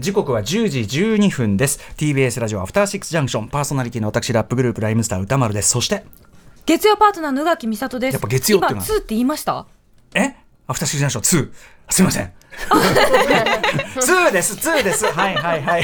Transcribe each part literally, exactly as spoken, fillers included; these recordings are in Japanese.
時刻はじゅうじじゅうにふんです。 ティービーエス ラジオアフターシックスジャンクション、パーソナリティの私ラップグループライムスター歌丸です。そして月曜パートナーの宇垣美里です。 やっぱ月曜ってのは今ツーって言いました？ えアフターシックスジャンクションツー、すいませんツーですツーですはいはいはい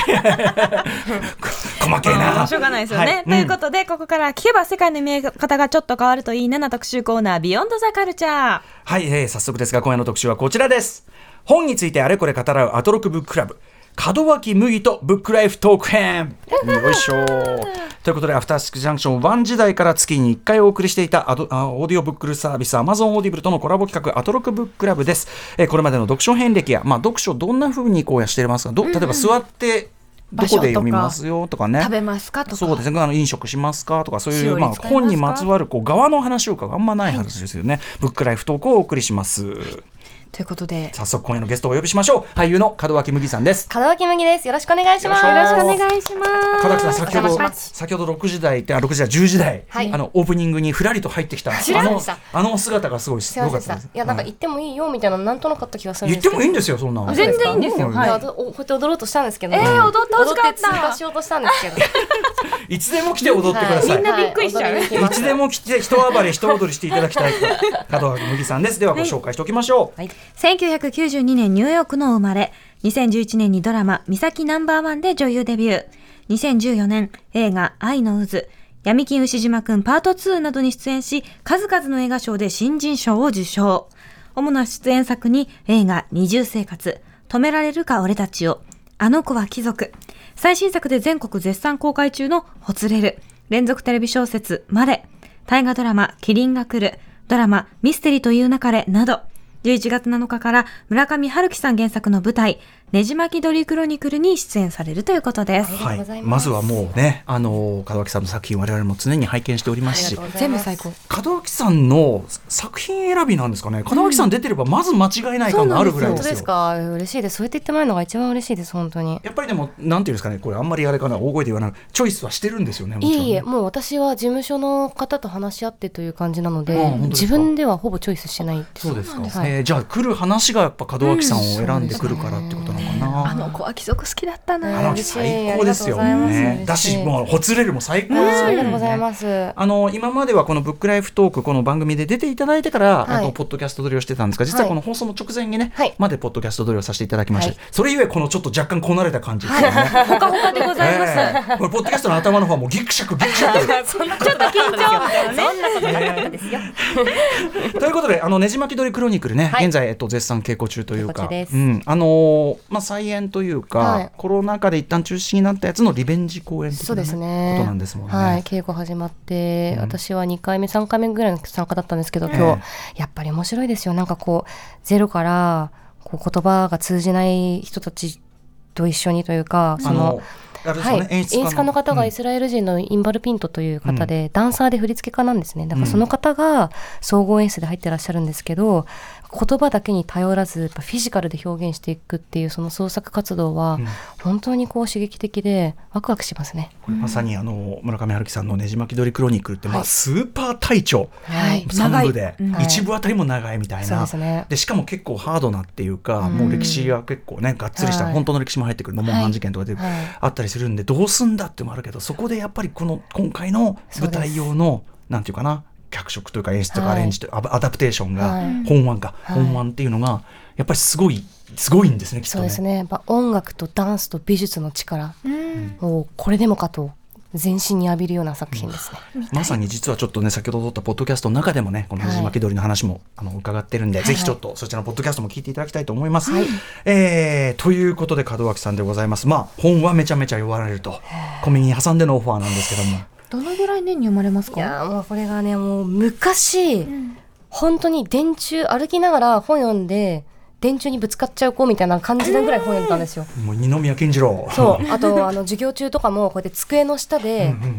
細けえな、 しょうがないですよね、 はい、 ということで、うん、ここから聞けば世界の見え方がちょっと変わるといいなな特集コーナービヨンドザカルチャー。 はい、えー、早速ですが今夜の特集はこちらです。本についてあれこれ語らうアトロクブッククラブ、門脇麦とブックライフトーク編よいしょということで、アフターシックスジャンクションワン時代から月にいっかいお送りしていたアドあオーディオブックサービス Amazon オーディブルとのコラボ企画アトロクブッククラブです。えー、これまでの読書遍歴や、まあ、読書どんな風にこうやしていますか、ど例えば座ってどこで読みますよとかね、 食べますかとか、 そうですね、あの飲食しますかとか、そういう、まあ、本にまつわるこう側の話をかあんまない話ですよね、はい、ブックライフトークをお送りします。 ということで早速今夜のゲストをお呼びしましょう。俳優の門脇麦さんです。 門脇麦です。よろしくお願いします。 よろしくお願いします。 門脇さん、先ほど先ほどろくじ台ってあろくじ台じゅうじ台、はい、あのオープニングにふらりと入ってきたあのあの姿がすごいすごかったです。 いや、なんか言ってもいいよみたいな、なんとなかった気がするんですけど。 言ってもいいんですよ、そんなの全然いいんですよ、 うん、 はい、 こうやって踊ろうとしたんですけど、 えー、踊ってほしかった。 踊って通過しようとしたんですけどいつでも来て踊ってください、 はい、みんなびっくりしちゃう、はい、 いつでも来て人暴れ人踊りしていただきたい門脇麦さんです。ではご紹介しておきましょう。 はい、せんきゅうひゃくきゅうじゅうにねんニューヨークの生まれ、にせんじゅういちねんにドラマ岬ナンバーワンで女優デビュー、にせんじゅうよねん映画愛の渦、闇金牛島くんパートツーなどに出演し、数々の映画賞で新人賞を受賞。主な出演作に映画二重生活、止められるか俺たちを、あの子は貴族、最新作で全国絶賛公開中のほつれる、連続テレビ小説マレ、大河ドラマキリンが来る、ドラマミステリという流れなど、じゅういちがつなのかから村上春樹さん原作の舞台ねじ巻き鳥クロニクルに出演されるということです。 はい、まずはもうね、あの門脇さんの作品我々も常に拝見しておりますし、 全部最高。 門脇さんの作品選びなんですかね。門脇さん出てればまず間違いない感があるぐらいですよ。 本当ですか。嬉しいです。そうやって言ってもらえるのが一番嬉しいです。本当に。 やっぱりでもなんていうんですかね、これあんまりあれかな、大声で言わないチョイスはしてるんですよね。もちろんね。 いえいえ、もう私は事務所の方と話し合ってという感じなので、 ああ自分ではほぼチョイスしてないです。 そうですか。 はい、 えー、じゃあ来る話がやっぱ門脇さんを選んでくるからってことなのかな。 うん、あの子は貴族好きだったな。 あの最高ですよね。だしもうほつれるも最高ですよね。 ありがとうございます。 あの今まではこのブックライフトークこの番組で出ていただいてから、 はい、 あとポッドキャスト撮りをしてたんですが、実はこの放送の直前にね、はい、までポッドキャスト撮りをさせていただきまして、はい、それゆえこのちょっと若干こなれた感じですよね。 ほかほかでございます。えー、これポッドキャストの頭の方はもうギクシャクギクシャクそんなちょっと緊張みたいなね。そんなことなかったですよ。 ということで、あのねじ巻き鳥クロニクルね、はい、現在えっと絶賛稽古中というか、うん、あのー、まあ再演というか、はい、コロナ禍で一旦中止になったやつのリベンジ公演的な、ね、ことなんですもんね。 はい、稽古始まって、うん、私はにかいめさんかいめぐらいの参加だったんですけど、今日、えー、やっぱり面白いですよ。なんかこうゼロからこう言葉が通じない人たちと一緒にというか、そのあのはい、演出家の方がイスラエル人のインバルピントという方で、うん、ダンサーで振付家なんですね。だからその方が総合演出で入ってらっしゃるんですけど、言葉だけに頼らずやっぱフィジカルで表現していくっていうその創作活動は本当にこう刺激的でワクワクしますね。 これまさにあの村上春樹さんのねじ巻き鳥クロニクルって、まあ、スーパー隊長、 はい、 さん部で、 はい、 一部あたりも長いみたいな、 そうですね、 でしかも結構ハードなっていうか、うん、もう歴史が結構ねがっつりした、はい、本当の歴史も入ってくるのモンハン事件とかで、はい、あったりするんでどうすんだってもあるけど、そこでやっぱりこの今回の舞台用のなんていうかな脚色というか演出とかアレンジという、はい、アダプテーションが、はい、本番か、はい、本番っていうのがやっぱりすごいすごいんですね、きっとね。 そうですね、やっぱ音楽とダンスと美術の力をこれでもかと全身に浴びるような作品ですね、 うん、まさに実はちょっとね先ほど撮ったポッドキャストの中でもねこのねじ巻き鳥の話も、はい、あの伺ってるんで、はい、ぜひちょっとそちらのポッドキャストも聞いていただきたいと思います、はい、えー、ということで門脇さんでございます。まあ本はめちゃめちゃ読まれると小耳に挟んでのオファーなんですけども、 どのぐらい年に読まれますか？ いやもうこれがねもう昔、うん、本当に電柱歩きながら本読んで電柱にぶつかっちゃう子みたいな感じなぐらい本読んでたんですよ、 えー、もう二宮金次郎そうあとあの授業中とかもこうやって机の下で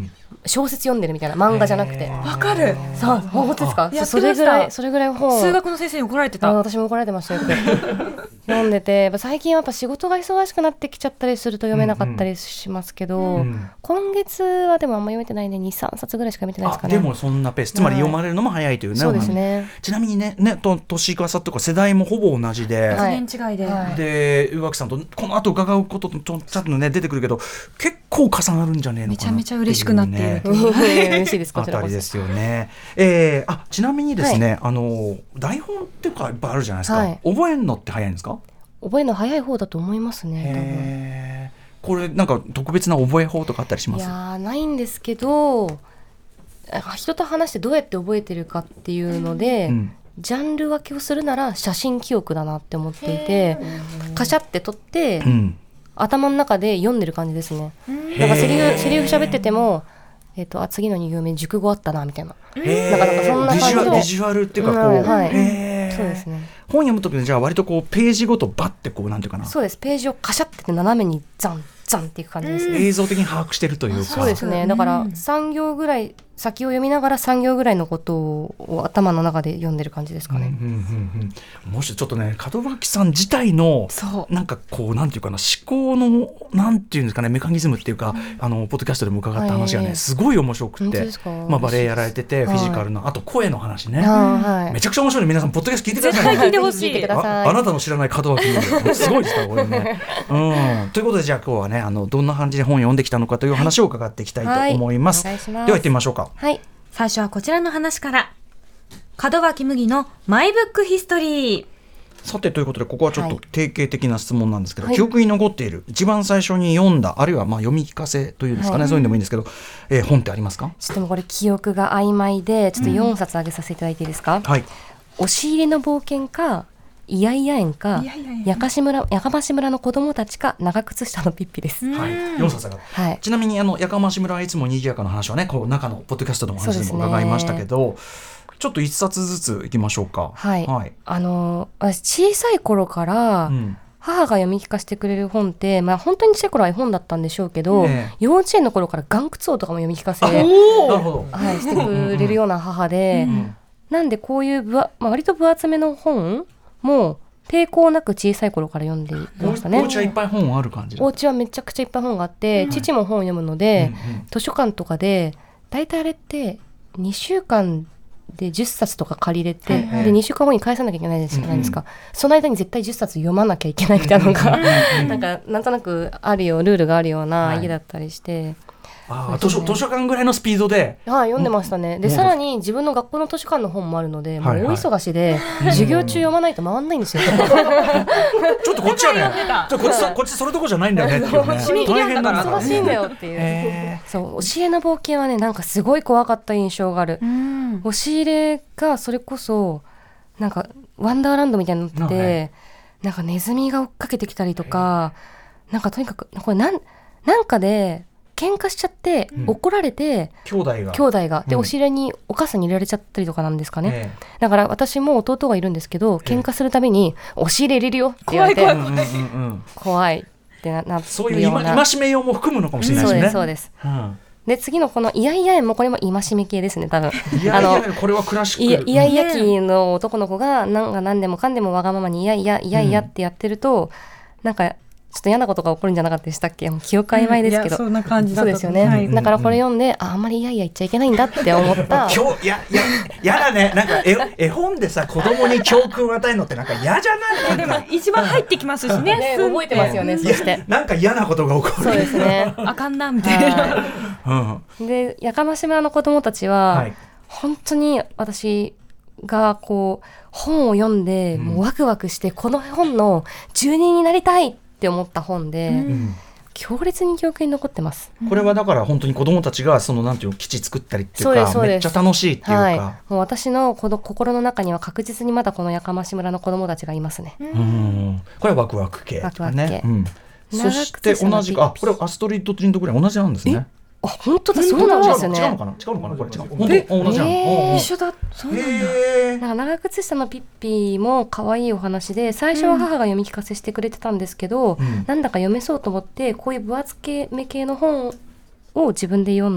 小説読んでるみたいな、漫画じゃなくて。 わかる。 そう、本当ですか。 やってました。 それぐらいそれぐらい本数学の先生に怒られてた。 あ私も怒られてましたよ読んでて、やっぱ最近はやっぱ仕事が忙しくなってきちゃったりすると読めなかったりしますけど、 うんうん、今月はでもあんま読めてないね。 にさんさつぐらいしか読めてないですかね。 でもそんなペース、つまり読まれるのも早いというね、 そうですね。 ちなみにね、ねと年川さんとか世代もほぼ同じで、 いちねん違いで、 はい、で宇垣さんとこの後伺うこととちゃんとね出てくるけど、結構重なるんじゃねえのかな、 めちゃめちゃ嬉しくなっている嬉しいです。こあちらこそたりですよね。えー、あちなみにですね、 はい、 あの台本っていうかいっぱいあるじゃないですか、 はい、 覚えるのって早いんですか？ 覚えるの早い方だと思いますね。これなんか特別な覚え法とかあったりします？ いやないんですけど、人と話してどうやって覚えてるかっていうので、うん、ジャンル分けをするなら写真記憶だなって思っていて、カシャって撮って、うん、頭の中で読んでる感じですね。なんかセリフセリフ喋ってても、えー、とあ次のに行目熟語あったなみたいな、なかなかそんな感じでビジュアルっていうかこう、 うんはい、そうですね。 本読むときにじゃあ割とこうページごとバッてこうなんていうかな、 そうです、ページをカシャってて斜めにザンザンっていく感じですね。 映像的に把握してるというか。 そうですね。だからさん行ぐらい先を読みながらさん行ぐらいのことを頭の中で読んでる感じですかね。 うんうんうんうん、もしちょっとね門脇さん自体のなんかこうなんていうかな思考のなんていうんですかねメカニズムっていうか、うん、あのポッドキャストでも伺った話がね、はい、すごい面白くて、まあ、バレエやられててフィジカルな、はい、あと声の話ね、はい、めちゃくちゃ面白いので皆さんポッドキャスト聞いてください、ね、 聞いてほしい。 あ, あなたの知らない門脇すごいですからこれね、うん、ということでじゃあ今日はねあのどんな感じで本を読んできたのかという話を伺っていきたいと思います、はい、では行ってみましょうか。 はい、 最初はこちらの話から。門脇麦のマイブックヒストリー。 さてということでここはちょっと定型的な質問なんですけど、はい、記憶に残っている一番最初に読んだあるいはまあ読み聞かせというんですかね、はい、そういうのもいいんですけど、えー、本ってありますか？ ちょっともうこれ記憶が曖昧でちょっとよんさつ挙げさせていただいていいですか？うん、はい、押し入れの冒険かいやいや園かやかし村やかまし村の子供たちか長靴下のピッピです。 はい、よんさつが、はい、ちなみにあのやかまし村はいつもにぎやかな話はねこう中のポッドキャストでも話でも伺いましたけど、ちょっと一冊ずついきましょうか。 はい、はい、あの私小さい頃から、うん、母が読み聞かせてくれる本って、まあ、本当に小さい頃は絵本だったんでしょうけど、ね、幼稚園の頃から岩窟王とかも読み聞かせ、はい、してくれるような母で、うんうん、なんでこういう分、まあ、割と分厚めの本もう抵抗なく小さい頃から読んでいましたね。 お家はいっぱい本ある感じ？ お家はめちゃくちゃいっぱい本があって、うん、父も本を読むので、うんうん、図書館とかでだいたいあれってにしゅうかんでじゅっさつとか借りれて、はい、でにしゅうかんごに返さなきゃいけないじゃないですか、うんうん、その間に絶対じゅっさつ読まなきゃいけないみたいなのがなんかなんとなくあるよルールがあるような家だったりして、はい、 あ図書、図書館ぐらいのスピードで、 はい、読んでましたね。でさらに自分の学校の図書館の本もあるので、もう大忙しで、はいはい、授業中読まないと回んないんですよちょっとこっちはねちょこっちそこっちそれどころじゃないんだよねっていうね締め切りあったから忙しいんだよっていう、えー、そう教えの冒険はねなんかすごい怖かった印象がある。押し入れがそれこそなんかワンダーランドみたいになってて、はい、なんかネズミが追っかけてきたりとか、なんかとにかくこれなんなんかで喧嘩しちゃって、うん、怒られて兄弟が兄弟がで、うん、押し入れにお母さんに入れられちゃったりとかなんですかね、えー、だから私も弟がいるんですけど喧嘩するたびに、えー、押し入れ入れるよって言われて怖い怖い怖い、うんうんうん、怖いってななってそういう戒めようも含むのかもしれないですね。 そうですそうです、うんで次のこのイヤイヤ園もこれも戒め系ですね多分。 いやいやこれはクラシック。 イヤイヤ期の男の子がなんか何でもかんでもわがままにイヤイヤイヤイヤってやってると、うん、なんかちょっと嫌なことが起こるんじゃなかったでしたっけ？もう記憶曖昧ですけど、 うん、いやそんな感じだった。 そうですよね、はい、だからこれ読んで、あ, あんまりイヤイヤ言っちゃいけないんだって思った今日いやいややだねなんか 絵, 絵本でさ子供に教訓を与えるのってなんか嫌じゃない？ でも一番入ってきますしねね覚えてますよね。そしてなんか嫌なことが起こる。 そうですねあかんなみたいな、 はい、でやかまし村の子供たちは、はい、本当に私がこう本を読んで、うん、もうワクワクしてこの本の住人になりたいって思った本で、うん、強烈に記憶に残ってます。 これはだから本当に子どもたちがそのなんていう基地作ったりっていうかめっちゃ楽しいっていうか、はい、 もう私のこの心の中には確実にまだこのやかまし村の子どもたちがいますね。 うんうんこれはワクワク系、 ワクワク系、うん、 そして同じかあこれアストリッド・リンドグレイ同じなんですね。 あ本当だそうなんですよね。 違うのかな違うのかなこれ違う本当同じなの、 えー、一緒だそうなんだ。 なんか長靴下のピッピも可愛いお話で最初は母が読み聞かせしてくれてたんですけど、うん、なんだか読めそうと思ってこういう分厚め系の本を自分で読ん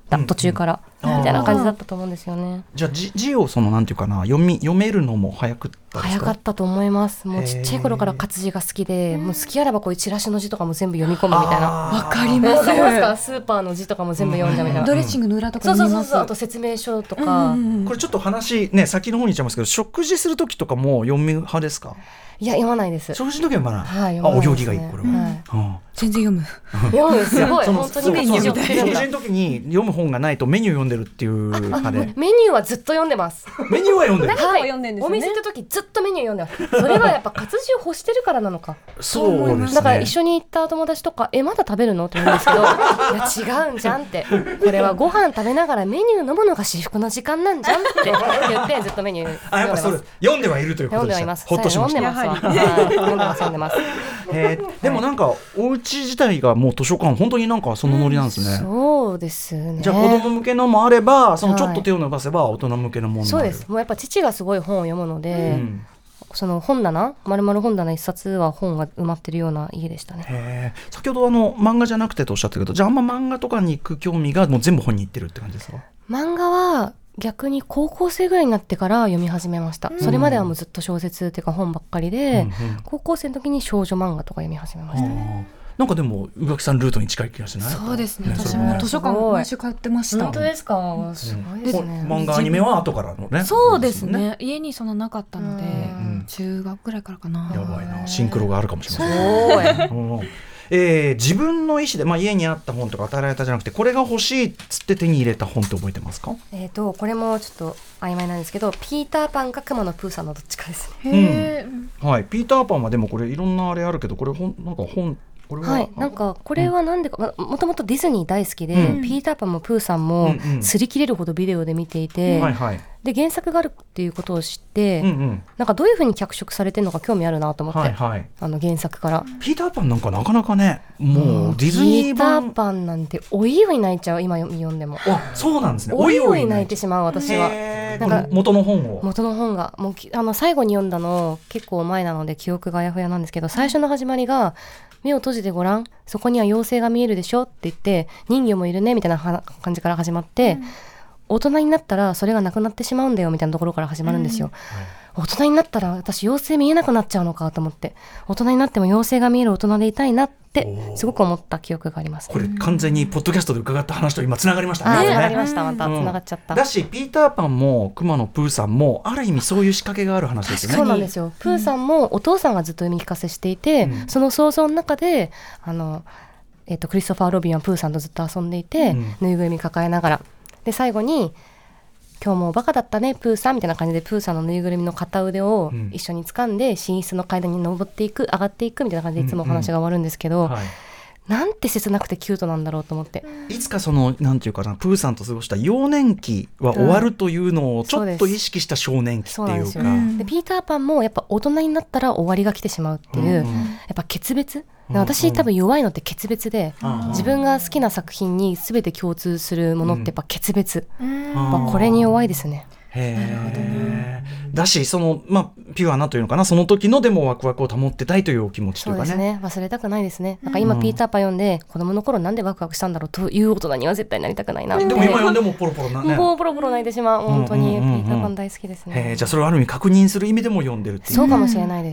た、 うん途中からうんみたいな感じだったと思うんですよね。 じゃあ字字をそのなんていうかな読み読めるのも早くったですか？ 早かったと思います。もうちっちゃい頃から活字が好きで、もう好きあらばこういうチラシの字とかも全部読み込むみたいな。 わわかりますわかりますか？スーパーの字とかも全部読んじゃうみたいな。 ドレッシングの裏とかそう見ます。 そうそうそう。あと説明書とか。 これちょっと話ね先の方に行っちゃいますけど、食事する時とかも読む派ですか？ いや読まないです。 食事の時は読まない。 はい、 あ、 読まないお行ですね儀がいいこれは。 はいうん全然読む。 読むすごいその本当にそうメニューそう読んでるんだ食事の時に読む本がないとメニュー読んでるっていう派で。 メニューはずっと読んでます。 メニューは読んでる。 はい、 読んでんですよねお店行った時ずっとメニュー読んでます。それはやっぱ活字を欲してるからなのか。 そうですね。 だから一緒に行った友達とかえまだ食べるのって言うんですけどいや違うんじゃんって、これはご飯食べながらメニュー飲むのが至福の時間なんじゃんって言ってずっとメニューあ、やっぱそれ読んではいるということでした。 読んではいます。 ほっとしました。 はい読んでますわ。はい読んでます読んでます。 えーでもなんかお家自体がもう図書館本当になんかそのノリなんですね。 そうですね。 じゃあ子供向けのもあれば、そのちょっと手を伸ばせば大人向けのものもある。 そうです。もうやっぱ父がすごい本を読むので、 うんその本棚丸々本棚一冊は本が埋まってるような家でしたね。 へー先ほどあの漫画じゃなくてとおっしゃったけど、じゃああんま漫画とかに行く興味がもう全部本に行ってるって感じですか？ 漫画は逆に高校生ぐらいになってから読み始めました。それまではもうずっと小説っていうか本ばっかりで、 うんうん高校生の時に少女漫画とか読み始めましたね。 あーなんかでも宇垣さんルートに近い気がしない？ そうですね。 ね私それねも図書館毎週通ってました。 本当ですか？すごいですね。 漫画アニメは後からのね。 そうですね。家にそんななかったので、 うん中学ぐらいからかな。 やばいな、シンクロがあるかもしれません。 すごい。 うんえー自分の意思で、まあ、家にあった本とか与えられたじゃなくてこれが欲しいっつって手に入れた本って覚えてますか？ えーとこれもちょっと曖昧なんですけど、ピーターパンかクマのプーさんのどっちかですね。 へーはい、ピーターパンはでもこれいろんなあれあるけどこれ本なんか本これは、 はい、なんかこれはなんでか、まもともとディズニー大好きで、 うんピーターパンもプーさんもうんうん擦り切れるほどビデオで見ていて、 はいはい、 で原作があるっていうことを知って、 うんうん、 なんかどういう風に脚色されてるのか興味あるなと思って、 はいはい、 あの原作から。 ピーターパンなんかなかなかねもうディズニーピータ版ーパンなんておいおい泣いちゃう、今読んでもあそうなんですね。 おいおい泣いててしまう私は。 ななんんかか元の本を元の本がもうきあの最後に読んだの結構前なので記憶があやふやなんですけど、最初の始まりが目を閉じてごらん、そこには妖精が見えるでしょって言って人魚もいるねみたいなは感じから始まって、うん、大人になったらそれがなくなってしまうんだよみたいなところから始まるんですよ、うん、大人になったら私妖精見えなくなっちゃうのかと思って、大人になっても妖精が見える大人でいたいなってすごく思った記憶があります、ね、 これ完全にポッドキャストで伺った話と今つながりましたね。 あ、 ねつながりました。またつながっちゃった、 うん、だしピーターパンもクマのプーさんもある意味そういう仕掛けがある話ですよね。 そうなんですよ。プーさんもお父さんがずっと読み聞かせしていて、うん、その想像の中であの、えーと、クリストファー・ロビンはプーさんとずっと遊んでいて、うん、ぬいぐるみ抱えながらで最後に今日もバカだったねプーさんみたいな感じでプーさんのぬいぐるみの片腕を一緒に掴んで、うん、寝室の階段に登っていく上がっていくみたいな感じでいつもお話が終わるんですけど、うんうんはい、なんて切なくてキュートなんだろうと思って、 いつかそのなんていうかなプーさんと過ごした幼年期は終わるというのをちょっと意識した少年期っていうか、 うん、でピーターパンもやっぱ大人になったら終わりが来てしまうっていう、うんうん、やっぱ決別、私多分弱いのって決別で、うんうん、自分が好きな作品に全て共通するものってやっぱ決別、うん、やっぱこれに弱いですね。 へーだしその、まあ、ピュアなというのかな、その時のでもワクワクを保ってたいというお気持ちというかね。 そうですね、忘れたくないですね。なんか今、うん、ピーターパン読んで子供の頃なんでワクワクしたんだろうという大人には絶対なりたくないなって、 でも今読んでもポロポロなねもうポロポロ泣いてしまう、本当に、うんうんうんうん、ピーターパン大好きですね。 へじゃあそれをある意味確認する意味でも読んでるっていう。 そうかもしれないです。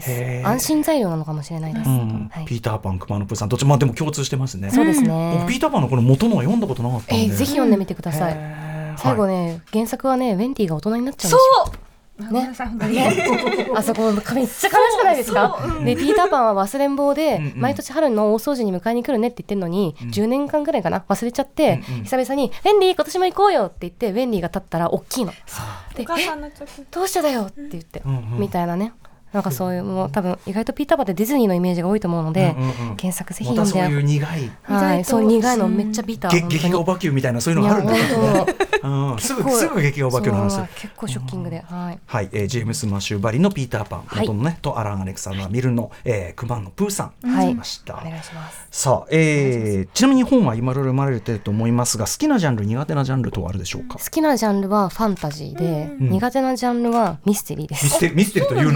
安心材料なのかもしれないです、 うんはい、ピーターパンクマのプーさんどっちも、まあ、でも共通してますね。 そうですね。 僕ピーターパンのこの元のは読んだことなかったんで、 えー、ぜひ読んでみてください。最後ね、はい、原作はねウェンディが大人になっちゃうんですよ。そうね、あそこめっちゃ悲しくないですか。でピーターパンは忘れん坊で、うんうん、毎年春の大掃除に迎えに来るねって言ってるのに、うん、じゅうねんかんぐらいかな忘れちゃって、うんうん、久々にウェンディ今年も行こうよって言ってウェンディが立ったら大きいので、えどうしてだよって言って、うんうん、みたいなね、なんかそういうもう多分意外とピーターパンってディズニーのイメージが多いと思うので、うんうんうん、原作ぜひ読んで、 ま、そういう苦い、 はい、そう苦いのめっちゃビター、 劇画おばきゅうみたいなそういうのがあるんですよね。うん、すぐすぐ劇画おばきゅうの話結構ショッキングで、はい、 はいえー、ジェームス・マシュー・バリのピーターパン、はい、元のねとアラン・アレクサンダー・ミルの、えー、クマンのプーさん、 はい、 ました。 お願いします。 さあ、えー、ちなみに本は今いろいろ読まれてると思いますが、好きなジャンル苦手なジャンルとはあるでしょうか。 好きなジャンルはファンタジーで、うん、苦手なジャンルはミステリーです。 ミステリー、ミステリーという中で、ね、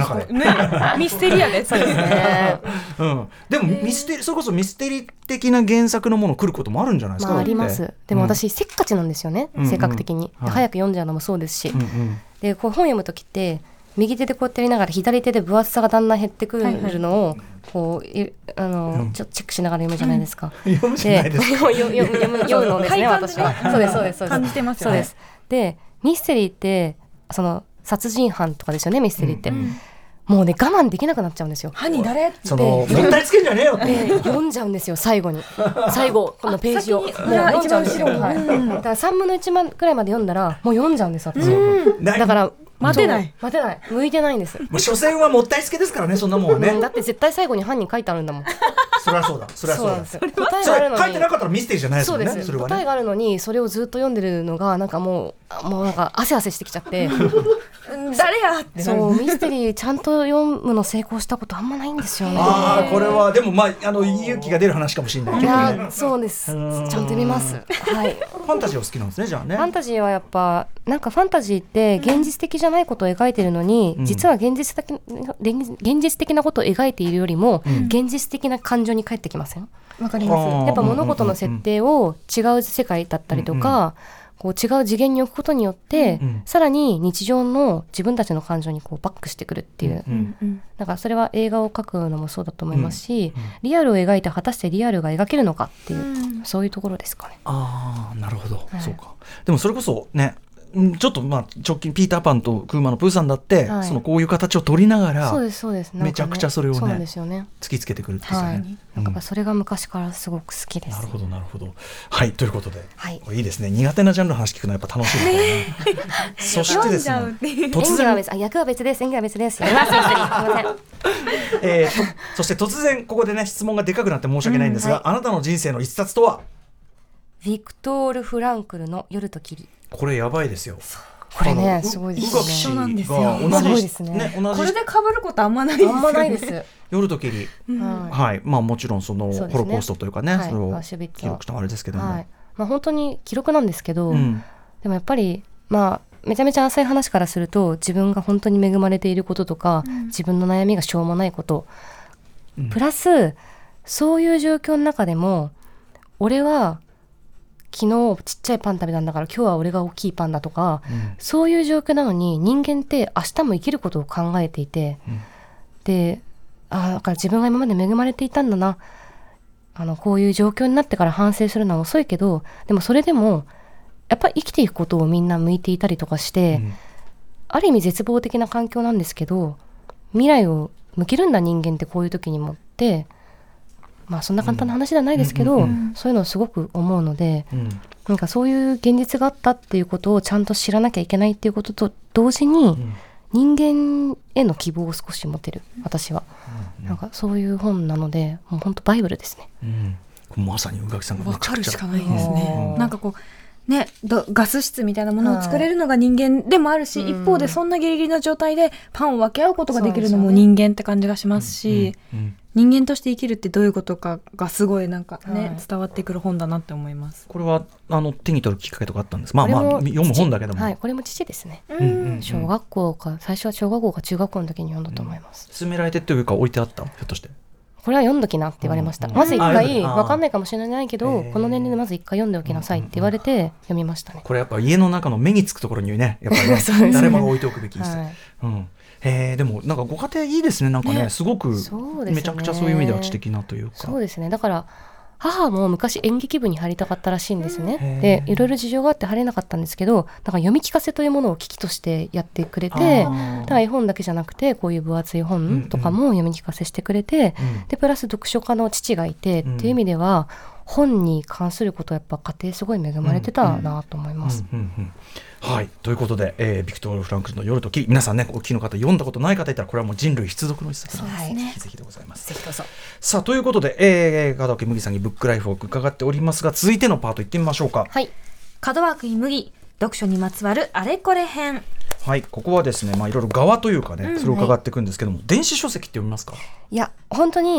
ミステリアです。 そうですね。 うん、でもミステリそれこそミステリ的な原作のもの来ることもあるんじゃないですか。 まあ、ありまだっす。 てでも私、せっかちなんですよね、 うんうん性格的に。ではい早く読んじゃうのもそうですし、 うんうん、 でこう本読むときって右手でこうやってやりながら左手で分厚さがだんだん減ってくるのをこういあの、 うんちょっとチェックしながら読むじゃないですか。 読むじゃないですか。 読む読む読む読むのですね、 快感でね私は。そうですそうですそうです。 感じてますよねそうです。でミステリーってその殺人犯とかですよね、ミステリーって、 うんもうね我慢できなくなっちゃうんですよ。 犯人誰？ そのもったいつけんじゃねえよって。 で読んじゃうんですよ、最後に最後このページをもう先にいや読んじゃうんですよ、 一番後ろはいうんだからさんぶんのいちくらいまで読んだらもう読んじゃうんです私、 だだから待てないそう待てない向いてないんです、 もう所詮はもったいつけですからね、そんなもんはね。 だって絶対最後に犯人書いてあるんだもん。 そりゃそうだ、そりゃそうだ。 そうなんですよ。答えそがあるのにれ書いてなかったらミステリーじゃないですそもね。 うんですそれはね。 答えがあるのにそれをずっと読んでるのがなんかもうあもうなんか汗汗してきちゃって誰やってなる。 そうミステリーちゃんと読むの成功したことあんまないんですよね。 ああ、これはでもまああの勇気が出る話かもしれないいけどね。 やそうですちゃうんんと読みます。はいファンタジーお好きなんですね、じゃあね。 ファンタジーはやっぱなんかファンタジーって現実的じゃないことを描いてるのに、 うん実は現実的現実的なことを描いているよりも、 うん現実的な感情に返ってきません？ わかります。 あーやっぱ物事の設定を違う世界だったりとか、こう違う次元に置くことによって、 うんさらに日常の自分たちの感情にこうバックしてくるっていう、 うんうんうんなんかそれは映画を描くのもそうだと思いますし、 うんうんリアルを描いて果たしてリアルが描けるのかっていう、 うんそういうところですかね。 ああ、なるほど、 はいそうか。でもそれこそね、うんちょっとまあ直近ピーターパンとクーマのプーさんだって、 はいそのこういう形を取りながら突そうですそうです。なんかねめちゃくちゃそれをねそうなんですよね。 きつけてくるっていうかはいね。 なんかそれが昔からすごく好きです。 なるほどなるほど。はいということで、 はいこれいいですね。苦手なジャンルの話聞くのはやっぱ楽しいですね。そしてですね、 読んじゃうっていう突演技は然、 別あ役は別です演技は別です。やりますミステリーすいません。 えー、とそして突然ここでね質問がでかくなって申し訳ないんですが、 うんあなたの人生の一冊とは？ ビクトール・フランクルの夜と霧。 これやばいですよ。 これねあのすごいです宇垣氏一緒なんですよが同じすごいですね同じこれで被ることあんまないですよね。 あんまないです。 夜と霧、 ははい、まあもちろんそのそうですねホロコーストというかね、 はいそれをアウシュビッツの記録したあれですけい。 ども、 はい。まあ本当に記録なんですけど、 うんでもやっぱりまあめちゃめちゃ浅い話からすると自分が本当に恵まれていることとか、自分の悩みがしょうもないこと、 うんプラスそういう状況の中でも俺は昨日ちっちゃいパン食べたんだから今日は俺が大きいパンだとか、 うんそういう状況なのに人間って明日も生きることを考えていて、 うんであーだから自分が今まで恵まれていたんだな、あのこういう状況になってから反省するのは遅いけどでもそれでもやっぱり生きていくことをみんな向いていたりとかして、 うんある意味絶望的な環境なんですけど未来を向けるんだ人間ってこういう時にもってまあそんな簡単な話ではないですけど、 うんうんうんそういうのをすごく思うのでうんなんかそういう現実があったっていうことをちゃんと知らなきゃいけないっていうことと同時に、 うん人間への希望を少し持てる私は、 うんなんかそういう本なのでもう本当バイブルですね。 うんこれまさに宇垣さんがめわかるちゃくちゃしかないですね。 うんなんかこうねどガス室みたいなものを作れるのが人間でもあるし、 はい一方でそんなギリギリの状態でパンを分け合うことができるのもそうですよね人間って感じがしますし、 うんうん人間として生きるってどういうことかがすごいなんかね、 はい伝わってくる本だなって思います。 これはあの手に取るきっかけとかあったんですか？まあこれもまあ読む本だけども、 はい、これも父ですね。 うんうんうん小学校か最初は小学校か中学校の時に読んだと思います。 勧められてっていうか置いてあったひょっとして。 これは読んどきなって言われました。 うんまず一あ回あわかんないかもしれないけどへーこの年齢でまず一回読んでおきなさいって言われて読みましたね。 これやっぱ家の中の目につくところにねやっぱりねそうですね誰もが置いておくべきです、 はいうんへーでもなんかご家庭いいですねなんかねねすごくそうですねめちゃくちゃそういう意味では知的なというか。 そうですね。だから母も昔演劇部に入りたかったらしいんですね。 へーでいろいろ事情があって入れなかったんですけど、だから読み聞かせというものを機器としてやってくれて、 あーだから絵本だけじゃなくてこういう分厚い本とかも読み聞かせしてくれて、 うんでプラス読書家の父がいて、 うんっていう意味では本に関することはやっぱ家庭すごい恵まれてたなと思います。 うんうんうんはいということで、えービクトール・フランクルの夜と霧皆さんねお聞きの方読んだことない方いたらこれはもう人類必読の一冊なので、 そうですねぜひぜひでございます。 ぜひどうぞ。 さあということで、えー、門脇麦さんにブックライフを伺っておりますが続いてのパートいってみましょうか。 はい。 門脇麦読書にまつわるあれこれ編。 はいここはですねまあいろいろ側というかね、 うんそれを伺っていくんですけども、電子書籍って読みますか？ いや本当に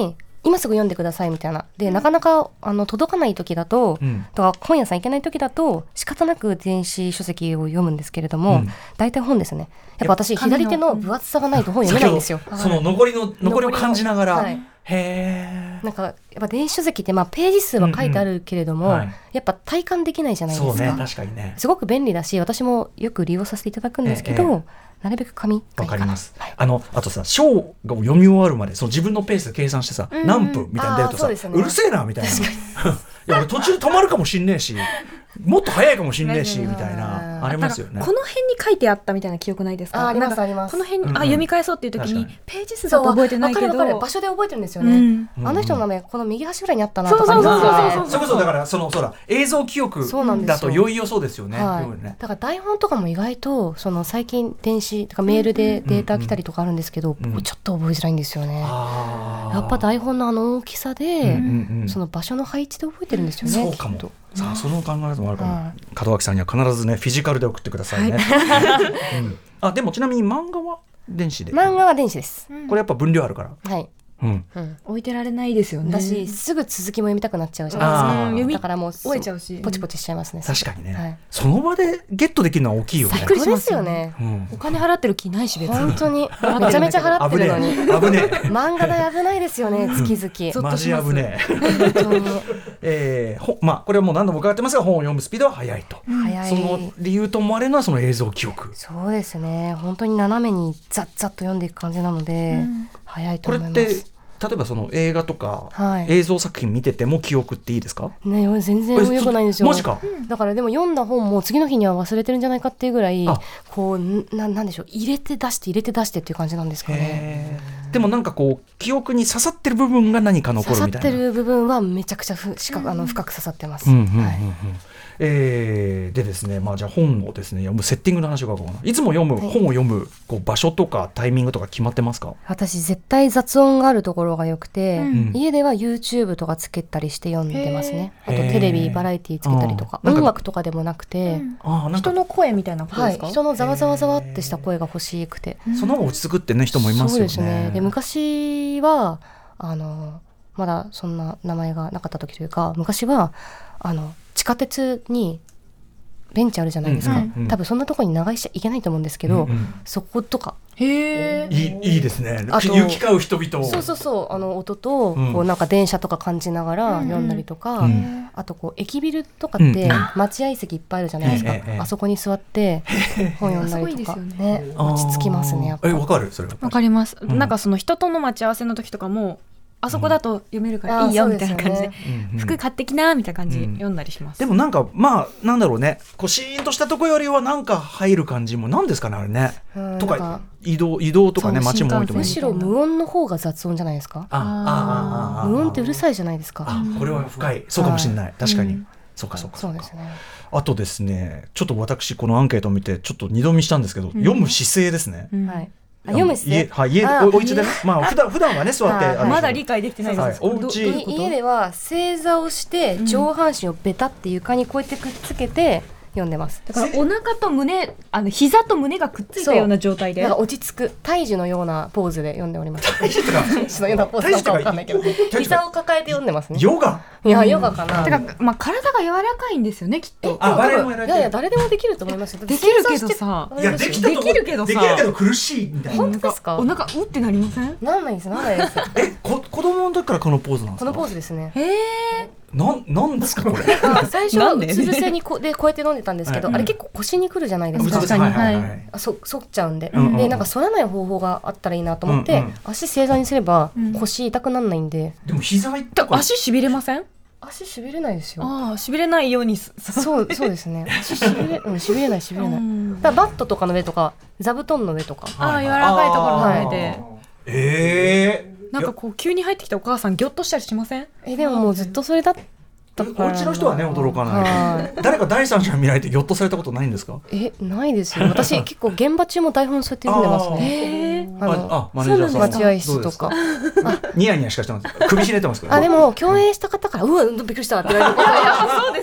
今すぐ読んでくださいみたいなで、なかなかあの届かない時だと、うん、とか本屋さん行けない時だと仕方なく電子書籍を読むんですけれども、うん、大体本ですね。やっぱ私左手の分厚さがないと本読めないんですよ。 その残りの残りを感じながら、はい、へー、なんかやっぱ電子書籍ってまあページ数は書いてあるけれども、うんうん、はい、やっぱ体感できないじゃないですか。 そうね、確かにね。 すごく便利だし私もよく利用させていただくんですけど、えー、なるべく紙がいいかな。 わかります、はい、あのあとさ章が読み終わるまでその自分のペースで計算してさ、うんうん、何分みたいな出るとさ、 う,、ね、うるせえなみたいな。いや俺途中で止まるかもしんねえしもっと早いかもしんねえしみたいなありますよね。 この辺に書いてあったみたいな記憶ないですか？ あ、ありますあります。 この辺に、うんうん、あ読み返そうっていう時にページ数だと覚えてないけど、 分かる分かる、場所で覚えてるんですよね、うん、あの人の名前この右端ぐらいにあったなとか。 そうそうそうそうそれこそだからそのそうだ映像記憶だとよいよそうですよね。 はい、だから台本とかも意外とその最近電子とかメールでデータ来たりとかあるんですけど、うんうん、ちょっと覚えづらいんですよね、うん、やっぱ台本のあの大きさで、うんうん、その場所の配置で覚えてるんですよね。 そうかも。さあその考え方もあるかも、うん、門脇さんには必ずねフィジカルで送ってくださいね、はい、うん、あでもちなみに漫画は電子で？ 漫画は電子です、 これやっぱ分量あるから、 はい、 うんうん、置いてられないですよね。 私すぐ続きも読みたくなっちゃうじゃないですか。だからもう終えちゃうしポチポチしちゃいますね。 確かにね、はい、その場でゲットできるのは大きいよね。 びっくりしますよね、 うん、お金払ってる気ないし別に本当にめちゃめちゃ払ってるのに危ねえ危ねえ漫画代危ないですよね月々 マジ危ねえ本当に、えー、ほまあこれはもう何度も伺ってますが本を読むスピードは速いと、うん、 速い。 その理由と思われるのはその映像記憶。 そうですね、本当に斜めにザッザッと読んでいく感じなので、うん、速いと思います。 これって例えばその映画とか、はい、映像作品見てても記憶っていいですか？ ね、全然良くないんですよ。 マジか。 だからでも読んだ本も次の日には忘れてるんじゃないかっていうぐらいこう な, なんでしょう入れて出して入れて出してっていう感じなんですかね。 でもなんかこう記憶に刺さってる部分が何か残るみたいな。 刺さってる部分はめちゃくちゃふしかあの深く刺さってます、うんうんうんうん、はい。 えー、でですね、まあ、じゃあ本をですね読むセッティングの話があるかな。いつも読む、はい、本を読むこう場所とかタイミングとか決まってますか？ 私絶対雑音があるところが良くて、うん、家では YouTube とかつけたりして読んでますね。あとテレビバラエティつけたりとか音楽とかでもなくて、うん、 あなんか人の声みたいなことですか？ はい、人のざわざわざわってした声が欲しくて、 その方が落ち着くってね人もいますよね。 そうですね。で昔はあのまだそんな名前がなかった時というか昔はあの地下鉄にベンチあるじゃないですか、うんうん、多分そんなところに流しちゃいけないと思うんですけど、うんうん、そことかへいい、いいですね。行き交う人々をそうそうそうあの音と、うん、こうなんか電車とか感じながら読んだりとか、うん、あとこう駅ビルとかって待合席いっぱいあるじゃないですか、うん、あそこに座って本読んだりとか、ね、落ち着きますね。やっぱえ分かるそれ分かります、うん、なんかその人との待ち合わせの時とかもあそこだと読めるからいいよみたいな感じで、うん、服買ってきなみたいな感じで読んだりします、 うん、でもなんかまあなんだろうねこうシーンとしたとこよりはなんか入る感じもなんですかねあれねとか移動移動とかね街も多いと思う。 むしろ無音の方が雑音じゃないですか。ああ無音ってうるさいじゃないですか。 あこれは深いそうかもしれない、はい、確かに、うん、そうかそうかそうですね。 あとですねちょっと私このアンケートを見てちょっと二度見したんですけど、うん、読む姿勢ですね、うんはい読む姿勢、 はい、家お家でね、まあ普段普段はね座ってあまだ理解できてないです、 はい、お家家では正座をして上半身をベタって床にこうやってくっつけて読んでます。 だからお腹と胸あの膝と胸がくっついたような状態でなんか落ち着く大樹のようなポーズで読んでおります。大樹のようなポーズなんかわかんないけど膝を抱えて読んでますね。 ヨガいやヨガかな。 てか、まあ、体が柔らかいんですよねきっと。 あ誰もやられてる。 いやいや誰でもできると思いますよ。 できるけどさいやできたとできるけどさできるけど苦しいみたいな。 本当ですか。 お腹うってなりません？ なんないですなんないです。 えこ子供の時からこのポーズなんですか。 このポーズですね。 へえ。 なんなんですかこれ。 最初はうつ伏せにこでこうやって飲んでたんですけど、はい、あれ結構腰にくるじゃないですか。 確かにはいはい、 あそ反っちゃうんで、うんうん、でなんか反らない方法があったらいいなと思って、うんうん、足正座にすれば腰痛くならないんで。 でも膝痛く足しびれません？ 足しびれないですよ。 ああしびれないようにそうそうですね。足しびれうんしびれないしびれない。だバットとかの上とか座布団の上とか。 ああ柔らかいところの上で。 ええー。 なんかこう急に入ってきたお母さんギョッとしたりしません？ えでももうずっとそれだったお家の人はね驚かない。誰か第三者に見られてギョッとされたことないんですか？ えないですよ。私結構現場中も台本そうやって読んでますね。 ああマネージャーさん待合室とかニヤニヤしかしてます。首ひねってますから。 あでも共演した方からうわびっくりしたって言われることはそうですよね。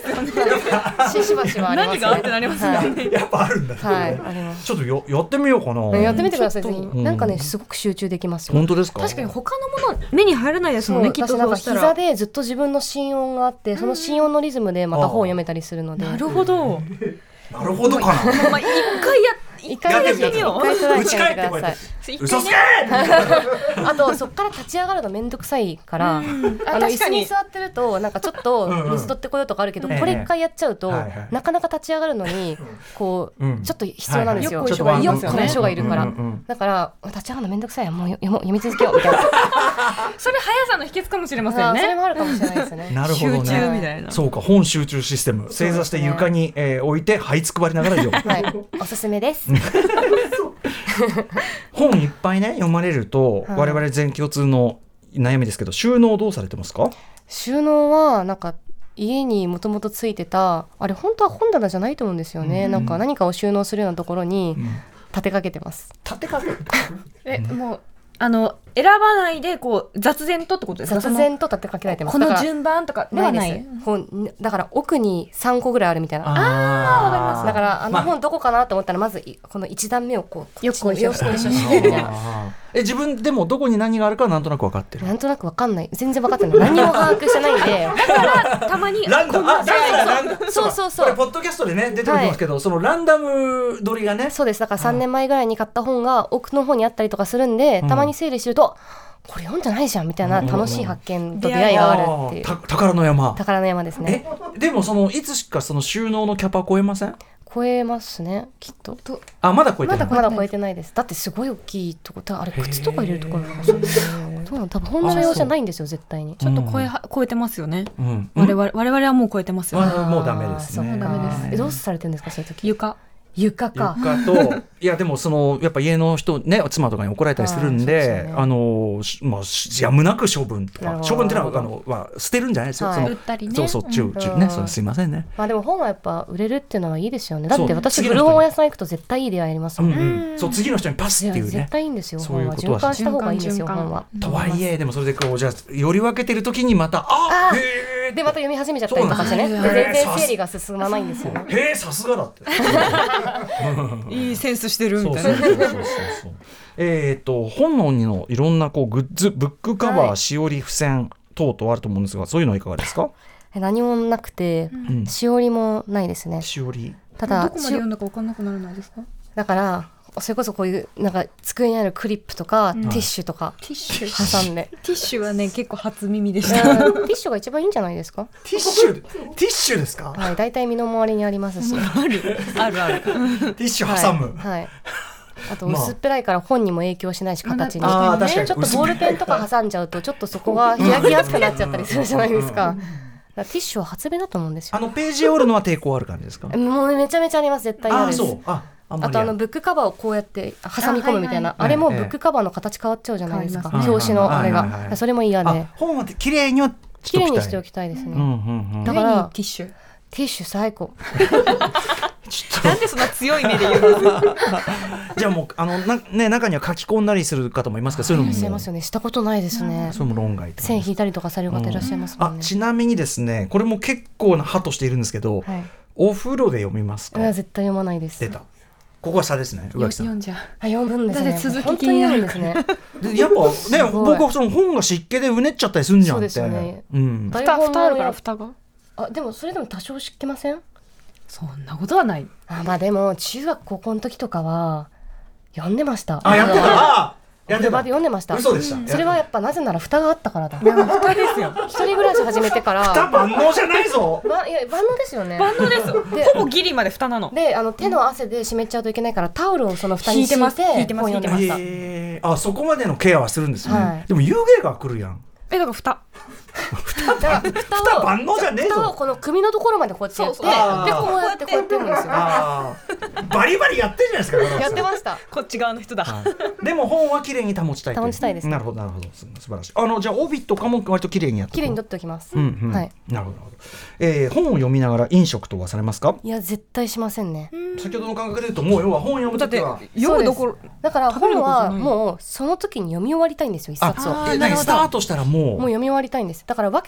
ししばしばありますね。 何があってなりますよね。 やっぱあるんだ、 はい、はい、あります。 ちょっとよやってみようかな。 やってみてください。ぜひ、 うんなんかねすごく集中できますよ。 本当ですか。 確かに他のもの目に入らないですもんね。きっと私なんかそうしたら膝でずっと自分の心音があって、その心音のリズムでまた本を読めたりするので。 なるほど。 なるほどかな。 まあ一回や一回やってみよう。一回トライしてみてください。 嘘つけあとそっから立ち上がるのめんどくさいから、あの椅子に座ってるとなんかちょっと水取ってこようとかあるけど、これ一回やっちゃうとなかなか立ち上がるのにこうちょっと必要なんですよ。 よっこいしょがいりますよね。 よっこいしょがいるから。だから立ち上がるのめんどくさい。もう読も読み続けようみたいな。 それ速さの秘訣かもしれませんね。 それもあるかもしれないですね。 なるほどね。 集中みたいな。 そうか、本集中システム。正座して床にえー置いて這いつくばりながら読む。 はい、おすすめです。 本いっぱいね読まれると、 はい、 我々全共通の悩みですけど、収納どうされてますか？ 収納はなんか家にもともとついてたあれ本当は本棚じゃないと思うんですよね、うん、なんか何かを収納するようなところに立てかけてます、 うん、立てかけえもうあの選ばないでこう雑然とってことですか？ 雑然と立てかけられてます。 この順番とかではない。 本だから奥にさんこぐらいあるみたいな。 ああわかります。 だからあの本どこかなと思ったらまずこのいち段目をこうよっこいしょしてみたいな。 え自分でもどこに何があるかなんとなく分かってる？ なんとなく分かんない。全然分かってない。何も把握してないんで。 だからたまにランダム、あ、ランダム、 そうそうそう。 これポッドキャストでね出てくるんですけど、はい、そのランダム撮りがね。 そうです。だからさんねんまえぐらいに買った本が奥の方にあったりとかするんで、うん、たまに整理してると。これ読んじゃないじゃんみたいな楽しい発見と出会いがあるっていう、 た宝の山宝の山ですね。 えでもそのいつしかその収納のキャパ超えません？ 超えますねきっと。 あまだ超えてない。 まだまだ超えてないです。だってすごい大きいとこあれ靴とか入れるところなのかな。多分本の用じゃないんですよ絶対に。 ちょっと超えは超えてますよね、うん、我々我々はもう超えてますよね。 もうダメですね。 もうダメです。えどうされてるんですかそういう時？ 床床か床といやでもそのやっぱ家の人ね妻とかに怒られたりするんで、あ、ね、あのまあやむなく処分とか処分っていうのはあのは捨てるんじゃないですよ、はい、その売ったりね。 そうそう中中、うん、ねそれすいませんね。 まあでも本はやっぱ売れるっていうのはいいですよね。だって私古本屋さん行くと絶対いい出会いありますもんね、うんうん、 そう次の人にパスっていうね絶対いいんですよ。 そういうことは循環した方がいいんですよ本は。 とはいえでもそれでこうじゃあより分けてる時にまたああへでまた読み始めちゃったりとかしてねで全然整理が進まないんですよね。 へえさすがだっていいセンスしてるみたいな。 そうそうそうそうえっと本ののいろんなこうグッズブックカバー、はい、しおり付箋等々あると思うんですがそういうのはいかがですか？ 何もなくて、うん、しおりもないですね。 しおりただどこまで読んだか分かんなくならないですか？ だからそれこそこういうなんか机にあるクリップとか、うん、ティッシュとかティッシュ挟んでティッシュはね結構初耳でした。 ティッシュが一番いいんじゃないですか？ ティッシュティッシュですか？ はい、だいたい身の回りにありますしあるあるあるティッシュ挟む、 はい、はい、あと薄っぺらいから本にも影響しないし形に、 まあ、 ね、ちょっとボールペンとか挟んじゃうとちょっとそこが開きやすくなっちゃったりするじゃないですか。ティッシュは発明だと思うんですよ。 あのページ折るのは抵抗ある感じですか？ もうめちゃめちゃあります。絶対あるです。 あそうああ, あとあのブックカバーをこうやって挟み込むみたいな あ,、はいはい、あれもブックカバーの形変わっちゃうじゃないですか、表紙のあれが、はいはいはい、それも嫌で本は綺麗には綺麗にしておきたいですね、 うんうんうん、 だからティッシュティッシュ最高なんでそんな強い目で言うんですか？ じゃあもうあのな、ね、中には書き込んだりする方もいますか？そういうのもしてますよね。したことないですね、 うん、それも論外線引いたりとかされる方いらっしゃいますもんね、 うん、あちなみにですねこれも結構な派としているんですけど、はい、お風呂で読みますか？ 絶対読まないです。 出たここは差ですね。宇垣さん読んじゃう。 あ読むんですね。 だって続き気になるんですね。 でやっぱね僕はその本が湿気でうねっちゃったりするんじゃんって。 そうですよね。 うん。蓋蓋あるから蓋が。 あでもそれでも多少湿気ません？ そんなことはない。 あまあでも中学高校の時とかは読んでました。 あやってた。あやってた。読んでました。 嘘でした。 それはやっぱなぜなら蓋があったからだ。 いや蓋ですよ。 一人暮らし始めてから。 蓋万能じゃないぞ。 まいや万能ですよね。 万能です。ほぼギリまで蓋なの。 であの手の汗で湿っちゃうといけないからタオルをその蓋に敷いて引いてます引いてました。 えー、あそこまでのケアはするんですね。はい、でも湯気が来るやん。 えだから蓋。 蓋だから蓋を蓋万能じゃねえぞ。 蓋をこの首のところまでこうやってやってでこうやってこうやってやるんですよ。 バリバリやってるじゃないですか。 やってました。 こっち側の人だ。 はい、でも本は綺麗に保ちたい。 保ちたいです、ね。 なるほどなるほど素晴らしい。あのじゃあ帯とかも割と綺麗にやって。 綺麗に取っておきます。 うんうん、 はい。 なるほどなるほど。えー、本を読みながら飲食とはされますか？ いや絶対しませんね。 先ほどの感覚で言うともう要は本読むときは読むどころだから本はもうその時に読み終わりたいんですよ一冊を。 ああスタートしたらもうもう読み終わりたいんです。だから分け